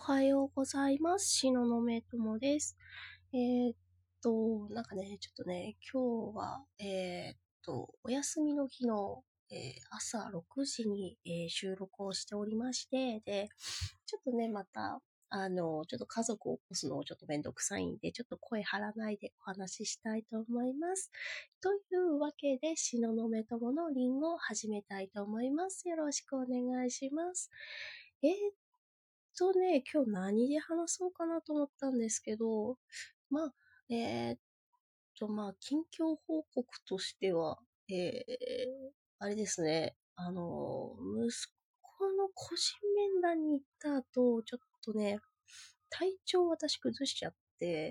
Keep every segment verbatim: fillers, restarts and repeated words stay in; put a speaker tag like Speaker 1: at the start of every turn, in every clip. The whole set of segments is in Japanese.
Speaker 1: はようございます。しののめともです。えーっと、なんかね、ちょっとね、今日は、えーっと、お休みの日の、えー朝ろくじに、えー収録をしておりまして、で、ちょっとね、また、あの、ちょっと家族を起こすのをちょっとめんどくさいんで、ちょっと声張らないでお話ししたいと思います。というわけで、しののめとものリンゴを始めたいと思います。よろしくお願いします。えーとね、今日何で話そうかなと思ったんですけど、まあ、えーっと、まあ、近況報告としては、えー、あれですね、あの、息子の個人面談に行った後、ちょっとね、体調を私崩しちゃって、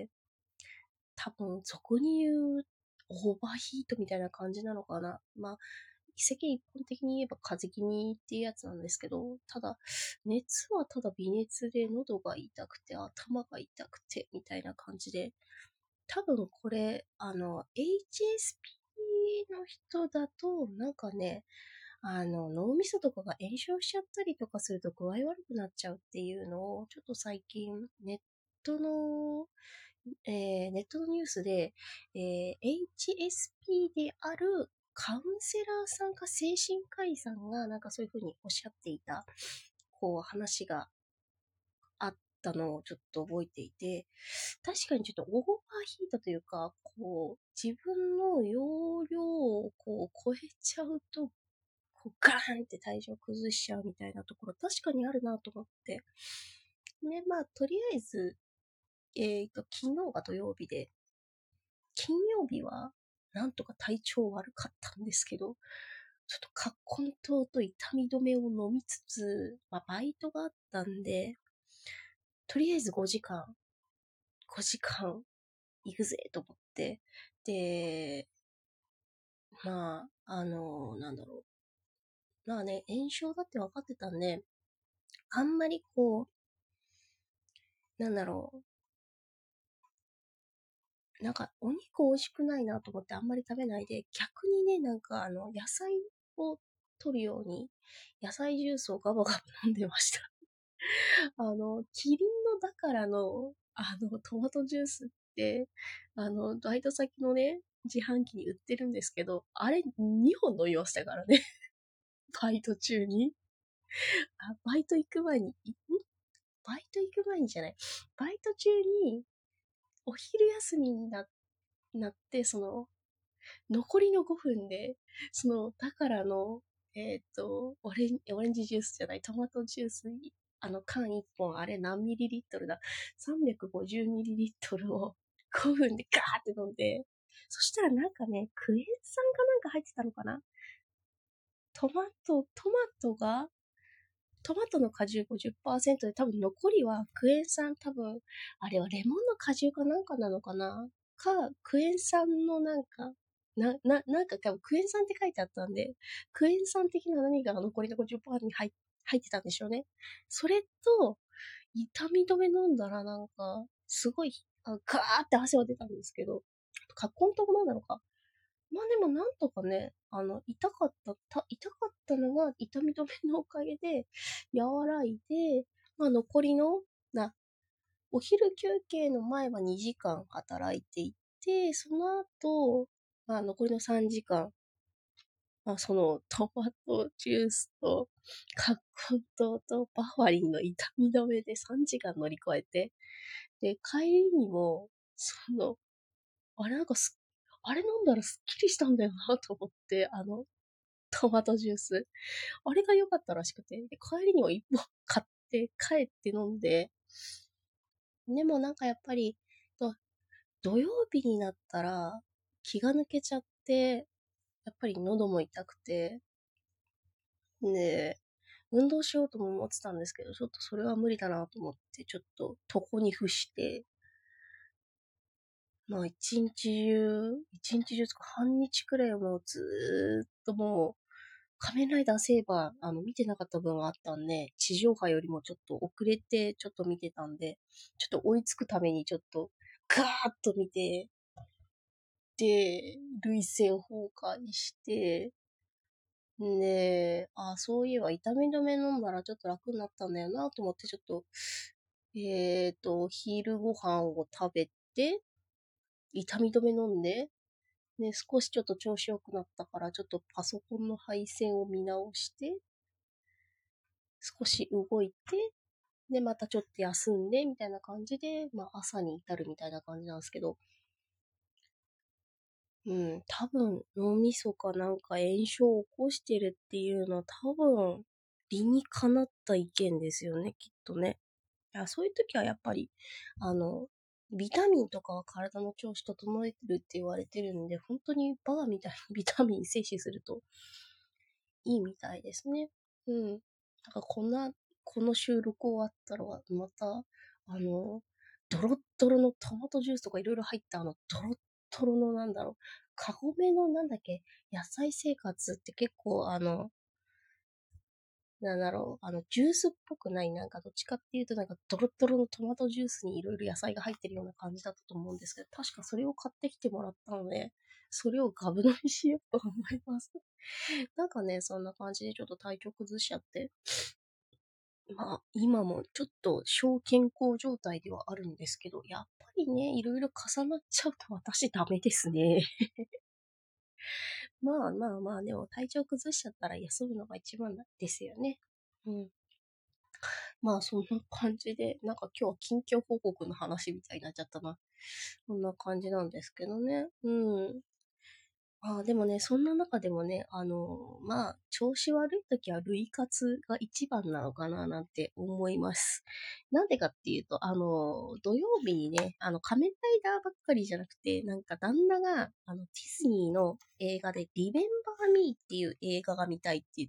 Speaker 1: 多分、俗に言う、オーバーヒートみたいな感じなのかな。まあ、世間一般的に言えば風邪気味っていうやつなんですけど、ただ、熱はただ微熱で喉が痛くて頭が痛くてみたいな感じで、多分これ、あの、エイチエスピー の人だと、なんかね、あの、脳みそとかが炎症しちゃったりとかすると具合悪くなっちゃうっていうのを、ちょっと最近ネットの、えーネットのニュースで、えー エイチエスピー であるカウンセラーさんか精神科医さんがなんかそういうふうにおっしゃっていた、こう話があったのをちょっと覚えていて、確かにちょっとオーバーヒートというか、こう、自分の容量をこう超えちゃうと、こうガーンって体調崩しちゃうみたいなところ確かにあるなと思って。ね、まあ、とりあえず、えっと、昨日が土曜日で、金曜日はなんとか体調悪かったんですけど、ちょっと葛根湯と痛み止めを飲みつつ、まあ、バイトがあったんで、とりあえずごじかん、ごじかん行くぜと思って、で、まあ、あの、なんだろう。まあね、炎症だって分かってたんで、あんまりこう、なんだろう。なんか、お肉美味しくないなと思ってあんまり食べないで、逆にね、なんかあの、野菜を取るように、野菜ジュースをガバガバ飲んでました。あの、キリンのだからの、あの、トマトジュースって、あの、バイト先のね、自販機に売ってるんですけど、あれにほん飲みましたからね。バイト中に。あ、バイト行く前に、んバイト行く前にじゃない。バイト中に、お昼休みにななって、その、残りのごふんで、その、だからの、えっ、と、オレン、オレンジジュースじゃない、トマトジュースに、あの、缶いっぽん、あれ何ミリリットルだ ?さんびゃくごじゅうミリリットルをごふんでガーって飲んで、そしたらなんかね、クエン酸かなんか入ってたのかな。トマト、トマトが、トマトの果汁ごじゅっパーセントで多分残りはクエン酸多分、あれはレモンの果汁かなんかなのかなか、クエン酸のなんか、な、な、なんか多分クエン酸って書いてあったんで、クエン酸的な何かが残りのごじゅっパーセントに入入ってたんでしょうね。それと、痛み止め飲んだらなんか、すごい、あガーって汗は出たんですけど、葛根湯飲んだのか。まあでもなんとかね、あの、痛かった、た痛かったのが痛み止めのおかげで和らいで、まあ残りの、な、お昼休憩の前はにじかん働いていて、その後、まあ残りのさんじかん、まあそのトマトジュースと、カッコン糖とバファリンの痛み止めでさんじかん乗り越えて、で、帰りにも、その、あれなんかす、あれ飲んだらすっきりしたんだよなと思って、あの、トマトジュース。あれが良かったらしくて、で帰りにも一本買って帰って飲んで、でもなんかやっぱり、と土曜日になったら気が抜けちゃって、やっぱり喉も痛くて、で、運動しようとも思ってたんですけど、ちょっとそれは無理だなと思って、ちょっと床に伏して、まあ一日中、一日中とか半日くらいはもうずーっともう、仮面ライダーセーバー、あの、見てなかった分があったんで、地上波よりもちょっと遅れてちょっと見てたんで、ちょっと追いつくためにちょっと、ガーッと見て、で、涙腺崩壊して、で、あ、そういえば痛み止め飲んだらちょっと楽になったんだよなと思って、ちょっとえっと、昼ご飯を食べて、痛み止め飲んで、で、少しちょっと調子良くなったから、ちょっとパソコンの配線を見直して、少し動いて、で、またちょっと休んで、みたいな感じで、まあ朝に至るみたいな感じなんですけど、うん、多分脳みそかなんか炎症を起こしてるっていうのは多分理にかなった意見ですよね、きっとね。いや、そういう時はやっぱり、あの、ビタミンとかは体の調子整えてるって言われてるんで、本当にバカみたいにビタミン摂取するといいみたいですね。うん。なんかこんな、この収録終わったら、また、あの、ドロッドロのトマトジュースとかいろいろ入ったあの、ドロッドロのなんだろう、カゴメのなんだっけ、野菜生活って結構あの、なんだろう、あの、ジュースっぽくない、なんかどっちかっていうとなんかドロッドロのトマトジュースにいろいろ野菜が入ってるような感じだったと思うんですけど、確かそれを買ってきてもらったので、それをガブ飲みしようと思います。なんかね、そんな感じでちょっと体調崩しちゃって、まあ、今もちょっと小健康状態ではあるんですけど、やっぱりね、いろいろ重なっちゃうと私ダメですね。まあまあまあ、でも体調崩しちゃったら休むのが一番ですよね。うん。まあそんな感じで、なんか今日は近況報告の話みたいになっちゃったな。そんな感じなんですけどね。うん。ああ、でもね、そんな中でもね、あの、まあ、調子悪い時は類活が一番なのかななんて思います。なんでかっていうと、あの、土曜日にね、あの、仮面ライダーばっかりじゃなくて、なんか旦那が、あの、ディズニーの映画で、リメンバーミーっていう映画が見たいって言って、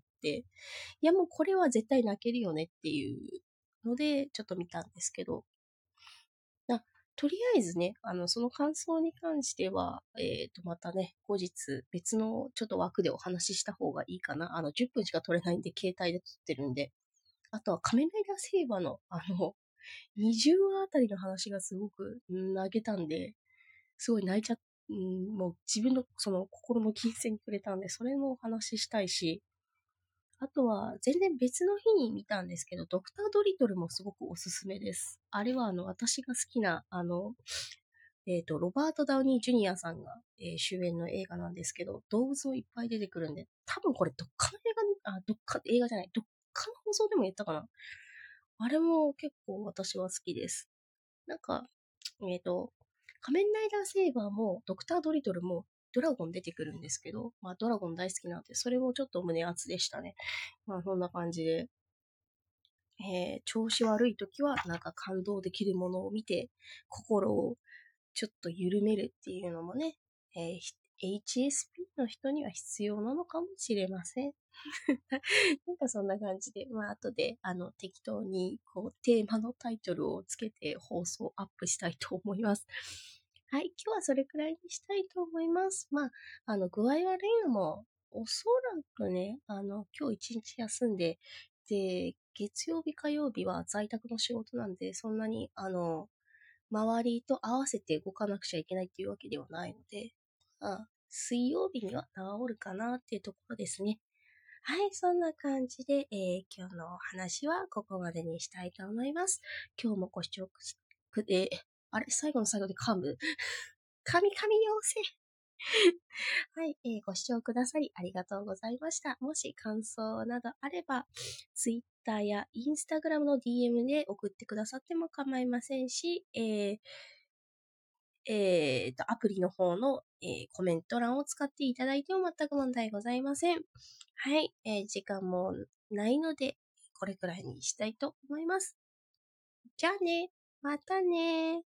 Speaker 1: いやもうこれは絶対泣けるよねっていうので、ちょっと見たんですけど、あ、とりあえずね、あの、その感想に関しては、えっと、またね、後日別のちょっと枠でお話しした方がいいかな。あの、じゅっぷんしか撮れないんで、携帯で撮ってるんで。あとは仮面ライダーセイバーの、あの、にじゅうわあたりの話がすごくうん投げたんで、すごい泣いちゃっ、うん、もう自分のその心の金銭に触れたんで、それもお話ししたいし、あとは、全然別の日に見たんですけど、ドクタードリトルもすごくおすすめです。あれは、あの、私が好きな、あの、えっと、ロバート・ダウニー・ジュニアさんが、えー主演の映画なんですけど、動物もいっぱい出てくるんで、多分これどっかの映画、あ、どっか、映画じゃない、どっかの放送でも言ったかな。あれも結構私は好きです。なんか、えっと、仮面ライダーセイバーも、ドクタードリトルも、ドラゴン出てくるんですけど、まあドラゴン大好きなんで、それもちょっと胸熱でしたね。まあそんな感じで、えー調子悪い時はなんか感動できるものを見て、心をちょっと緩めるっていうのもね、えー エイチエスピー の人には必要なのかもしれません。なんかそんな感じで、まあ後であの適当にこうテーマのタイトルをつけて放送アップしたいと思います。はい、今日はそれくらいにしたいと思います。まあ、あの具合悪いのもおそらくね、あの今日一日休んで、で、月曜日火曜日は在宅の仕事なんで、そんなにあの周りと合わせて動かなくちゃいけないっていうわけではないので、あ、水曜日には治るかなっていうところですね。はい、そんな感じで、えー今日のお話はここまでにしたいと思います。今日もご視聴く、えーあれ、最後の最後で噛む神々妖精はい、えーご視聴くださりありがとうございました。もし感想などあれば、Twitter や Instagram の ディーエム で送ってくださっても構いませんし、えーえーと、アプリの方の、えーコメント欄を使っていただいても全く問題ございません。はい、えー時間もないので、これくらいにしたいと思います。じゃあね、またね